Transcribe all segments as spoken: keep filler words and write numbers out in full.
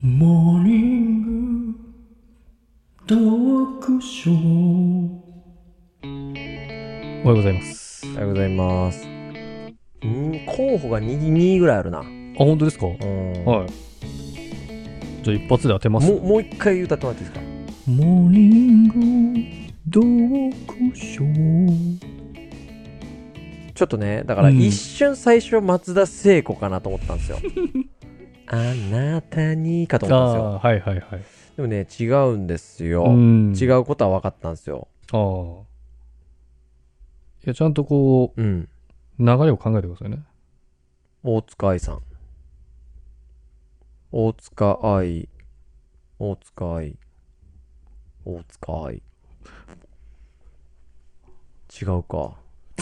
モーニング読書。 おはようございます。 おはようございます。ん候補が に, にぐらいあるな。あ、 本当ですか？ うん、 はい。じゃあ一発で当てます。 も, もう一回歌ってもらっていいですか？ モーニング読書。 ちょっとね、だからうん一瞬最初松田聖子かなと思ったんですよ。あなたにかと思ったんですよ。 ああ、はいはいはい。 でもね、違うんですよ。 うん違うことは分かったんですよ。 ああ。いや、ちゃんとこうん。 う、流れを考えてくださいね。 大塚愛さん。大塚愛。大塚愛。大塚愛。違うか。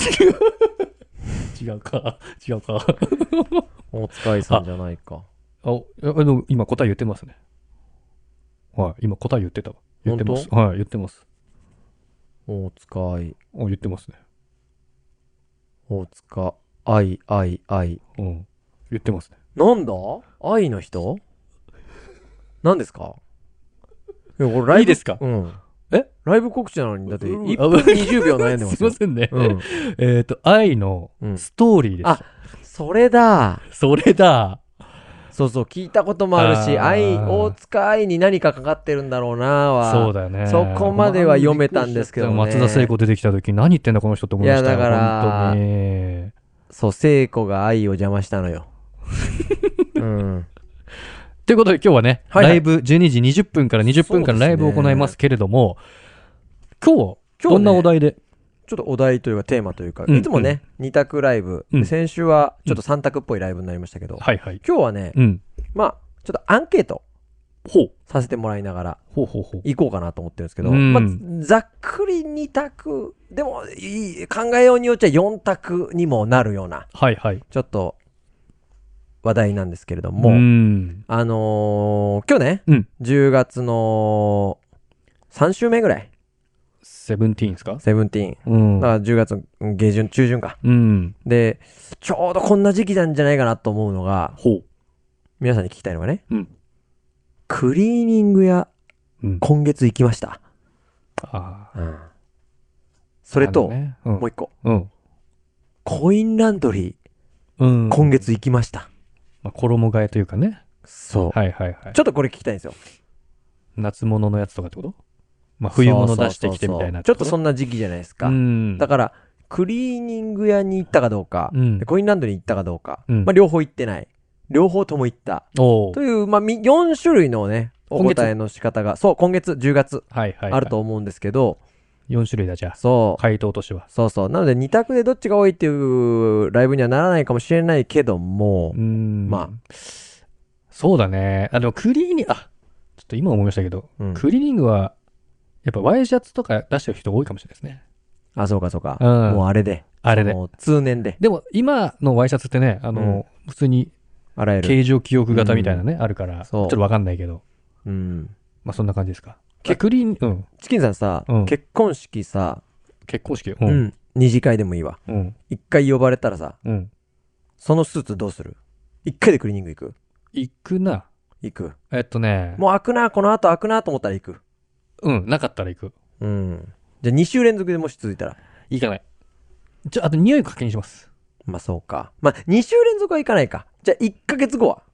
違うか。違うか。 大塚愛さんじゃないか。 あ、いやあの、今答え言ってますね。はい。今答え言ってたわ。言ってます。はい、言ってます。 大塚愛。 あ、言ってますね。 大塚愛愛愛。 うん。言ってますね。 なんだ愛の人何ですか？いやこれライブいいですか？ うん。 えライブ告知なのにだってうんいっぷんにじゅうびょう悩んでますすいまよ。 せんね。 うん。 えっと、愛のうんストーリーです。 あ、それだ。 それだ。 そうそう、聞いたこともあるし、 あー愛、大塚愛に何かかかってるんだろうなは。 そうだよね。 そこまでは読めたんですけどね。 松田聖子出てきた時何言ってんだこの人って思いましたよ。 いやだから本当に。 そう、聖子が愛を邪魔したのよ。うん。 ということで今日はね、 はいはいライブじゅうにじにじゅっぷんからにじゅっぷん間ライブを行いますけれども、今日は今日ねどんなお題で？ ちょっとお題というかテーマというか、 うんいつもね、に択ライブ、 うんで先週はちょっとさん択っぽいライブになりましたけど、 はいはい。 今日はね、 うん。 まあ、ちょっとアンケートほう。 させてもらいながらほうほうほう。 行こうかなと思ってるんですけど、 うんまあ、ざっくりに択、でもいい考えようによっちゃよん択にもなるような、 はいはい。 ちょっと話題なんですけれども、 うん。 あのー、今日ね、 うん。 じゅうがつのさん週目ぐらい、 セブンティーンですか？ セブンティーン。 うんだからじゅうがつの下旬、中旬か。 うん。 で、ちょうどこんな時期なんじゃないかなと思うのが、 ほう。 皆さんに聞きたいのがね、 うんクリーニング屋、 うん。 今月行きました。 ああ。 うん。それと、 あのねうんもう一個、 うん。 コインランドリー、 うん。 今月行きました。 まあ、衣替えというかね。 そう。 はいはいはい。 ちょっとこれ聞きたいんですよ。 夏物のやつとかってこと？まあ、冬物出してきてみたいなそうそうそうちょっとそんんな時期じゃないですか。 うん。 だから、クリーニング屋に行ったかどうか、 うんでコインランドリーに行ったかどうか、 うんまあ、両方行ってない。両方とも行った。 おという、まあ、みよん種類のね、お今月答えの仕方が、そう、今月じゅうがつ、 はいはい、はい。 あると思うんですけど、 よん種類だじゃあ。 そう。 回答としては。 そうそう。なのでに択でどっちが多いっていうライブにはならないかもしれないけども、 うん。 まあ。そうだね。あ、でもクリーニング、あ、ちょっと今思いましたけど、 うんクリーニングは、やっぱワイシャツとか出してる人多いかもしれないですね。 あ、そうかそうか。 うんもうあれで。 あれでもう通年で。 でも今のワイシャツってね、あの、 うん普通にあらゆる。 形状記憶型みたいなね、あるから、ちそうょっとわかんないけど、 うん。 まあそんな感じですか。 けクリーン、うん。 チキンさんさ、 うん結婚式さ、 結婚式、う。 うんん。二次会でもいいわ。 うん。 一回呼ばれたらさ、 うん。 そのスーツどうする？一回でクリーニング行く？ 行くな。 行く。 えっとね、 もう開くな、この後開くなと思ったら行く。 うん、なかったら行く。 うん。じゃあに週連続でもし続いたら。 行かない。ちょ、あと匂い確認します。 まあそうか。まあに週連続は行かないか。じゃあいっかげつごは。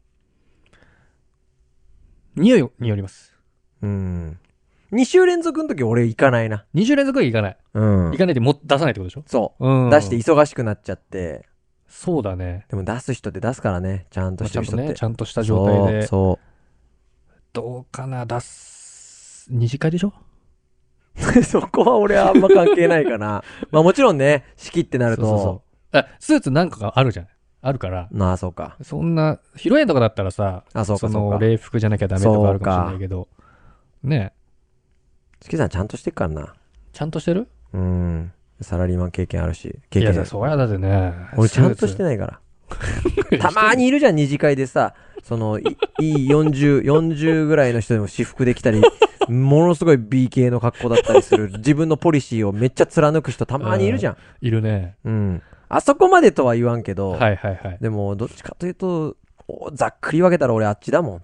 匂いによります。 うん。に週連続の時俺行かないな。 に週連続は行かない。 うん行かないでも出さないってことでしょ？ そう。 うん。 出して忙しくなっちゃって。 そうだね。 でも出す人って出すからね。ちゃんとまあちゃんとね、 してる人って。 ちゃんとした状態で。 そどうかな、出す。二次会でしょ？ うそう。そこは俺はあんま関係ないかな。まあもちろんね、式ってなると。 そうそうそうあ、スーツなんかがあるじゃん。あるから。 まあそうか。 そんな、披露宴とかだったらさ、 あ、そうかそそうか。 の礼服じゃなきゃダメとかあるかもしれないけど、ねチキさんちゃんとしてっからな。 ちゃんとしてる？ うん。サラリーマン経験あるし。経いや、 験。 そうやだってね。 俺ちゃんとしてないから。たまーにいるじゃん、二次会でさ、その、いいいよんじゅう、よんじゅうぐらいの人でも私服できたり、ものすごい ビー 系の格好だったりする、自分のポリシーをめっちゃ貫く人たまーにいるじゃん。 いるね。 うん。あそこまでとは言わんけど、 はいはいはい。 でも、どっちかというと、おざっくり分けたら俺あっちだもん、多分。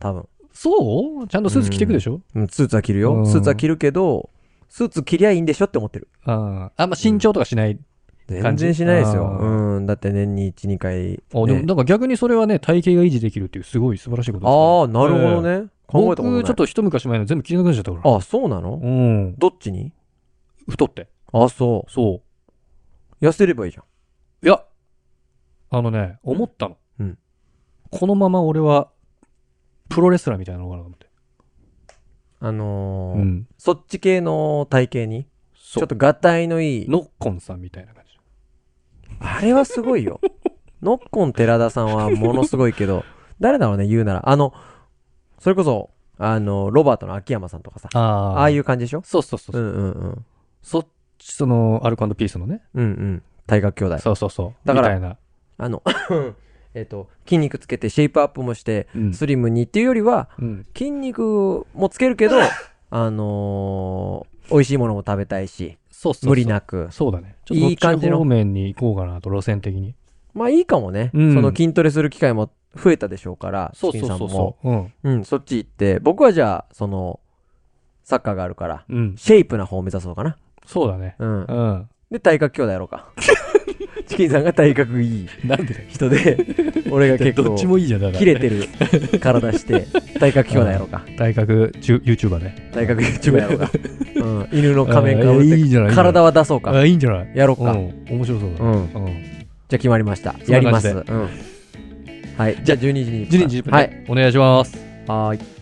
そうちゃんとスーツ着てくでしょ、 うん、スーツは着るよ。 うんスーツは着るけど、スーツ着りゃいいんでしょって思ってる。 ああ。あんま身長とかしない。 全然しないですよ。 あーうん。だって年にいち、にかい、ね。 あ、でも、なんか逆にそれはね、体型が維持できるっていうすごい素晴らしいことですから。 ああ、なるほどね。考えたことない。 僕、ちょっと一昔前の全部着なくなっちゃったから。 あ、そうなのうん。 どっちに太って。 あ、そ。 そう痩せればいいじゃん。 う。いや、あのね、思ったの。 うん。 このまま俺は、プロレスラーみたいなのかなと思って。 あのーうん。 そっち系の体型に、 そうちょっとガタイのいい。 ノッコンさんみたいな感じ。 あれはすごいよ。ノッコン寺田さんはものすごいけど、誰だろうね、言うなら。あの、それこそ、あの、ロバートの秋山さんとかさ。 ああ。 ああいう感じでしょ。 そうそうそうう。 んうんうん。 そっち、その、アルコ&ピースのね。 うんうん。体格兄弟。 そうそうそう。 だからみたいな。 あの、えっと、筋肉つけてシェイプアップもして、 うんスリムにっていうよりは、 うん。 筋肉もつけるけど、あのー、美味しいものも食べたいし、 そうそうそう。 無理なく。 そうだね。ちょっといい感じの方面に行こうかなと、路線的に。 まあいいかもね。 うんその筋トレする機会も増えたでしょうから、 そうそうチキンさんも。 そうそう。うん。 うん、そっち行って、僕はじゃあ、その、サッカーがあるから、 うん。 シェイプな方を目指そうかな。 そうだね。 うん。 うん。 で、体格兄弟やろうか。チキンさんが体格いいなんでだよ。 人で、俺が結構、 どっちもいいじゃん、だから。 切れてる体して、体格兄弟やろうか。 体格、チュ YouTuber ね。 体格 YouTuber やろうか。うん。犬の仮面かぶあいって、 いじゃない。 体は出そうか。 あ、いいんじゃない。 やろうか。 うん。面白そうだ。 うん。 うん。 じゃあ決まりました。 そんな感じでやります。うん。はい。じゃあじゅうにじに。 じゅうにじじゅっぷんはい。 でお願いします。 はーい。